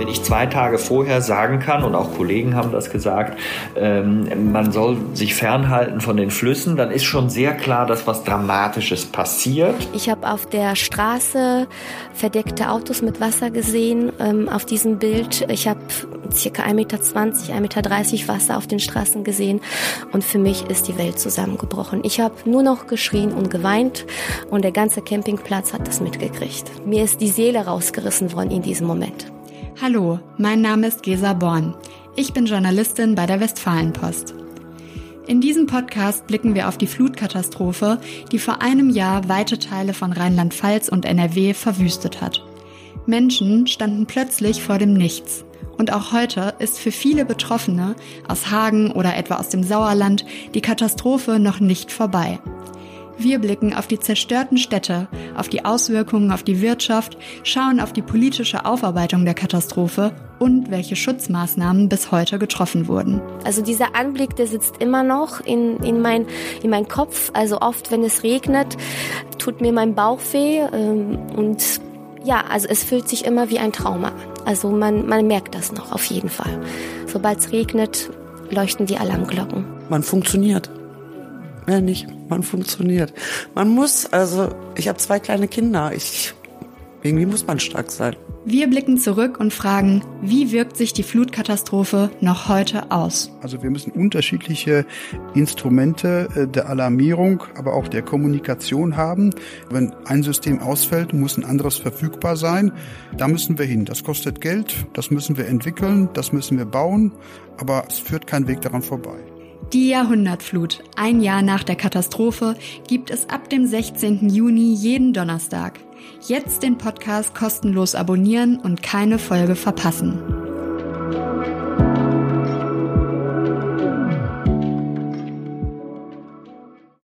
Wenn ich 2 Tage vorher sagen kann, und auch Kollegen haben das gesagt, man soll sich fernhalten von den Flüssen, dann ist schon sehr klar, dass was Dramatisches passiert. Ich habe auf der Straße verdeckte Autos mit Wasser gesehen, auf diesem Bild. Ich habe ca. 1,20 Meter, 1,30 Meter Wasser auf den Straßen gesehen und für mich ist die Welt zusammengebrochen. Ich habe nur noch geschrien und geweint und der ganze Campingplatz hat das mitgekriegt. Mir ist die Seele rausgerissen worden in diesem Moment. Hallo, mein Name ist Gesa Born. Ich bin Journalistin bei der Westfalenpost. In diesem Podcast blicken wir auf die Flutkatastrophe, die vor einem Jahr weite Teile von Rheinland-Pfalz und NRW verwüstet hat. Menschen standen plötzlich vor dem Nichts. Und auch heute ist für viele Betroffene aus Hagen oder etwa aus dem Sauerland die Katastrophe noch nicht vorbei. Wir blicken auf die zerstörten Städte, auf die Auswirkungen auf die Wirtschaft, schauen auf die politische Aufarbeitung der Katastrophe und welche Schutzmaßnahmen bis heute getroffen wurden. Also dieser Anblick, der sitzt immer noch in mein Kopf. Also oft, wenn es regnet, tut mir mein Bauch weh. Und ja, also es fühlt sich immer wie ein Trauma an. Also man merkt das noch auf jeden Fall. Sobald es regnet, leuchten die Alarmglocken. Man funktioniert. Mehr nicht, man funktioniert. Man muss, ich habe 2 kleine Kinder, irgendwie muss man stark sein. Wir blicken zurück und fragen, wie wirkt sich die Flutkatastrophe noch heute aus? Also wir müssen unterschiedliche Instrumente der Alarmierung, aber auch der Kommunikation haben. Wenn ein System ausfällt, muss ein anderes verfügbar sein. Da müssen wir hin. Das kostet Geld, das müssen wir entwickeln, das müssen wir bauen, aber es führt kein Weg daran vorbei. Die Jahrhundertflut, ein Jahr nach der Katastrophe, gibt es ab dem 16. Juni jeden Donnerstag. Jetzt den Podcast kostenlos abonnieren und keine Folge verpassen.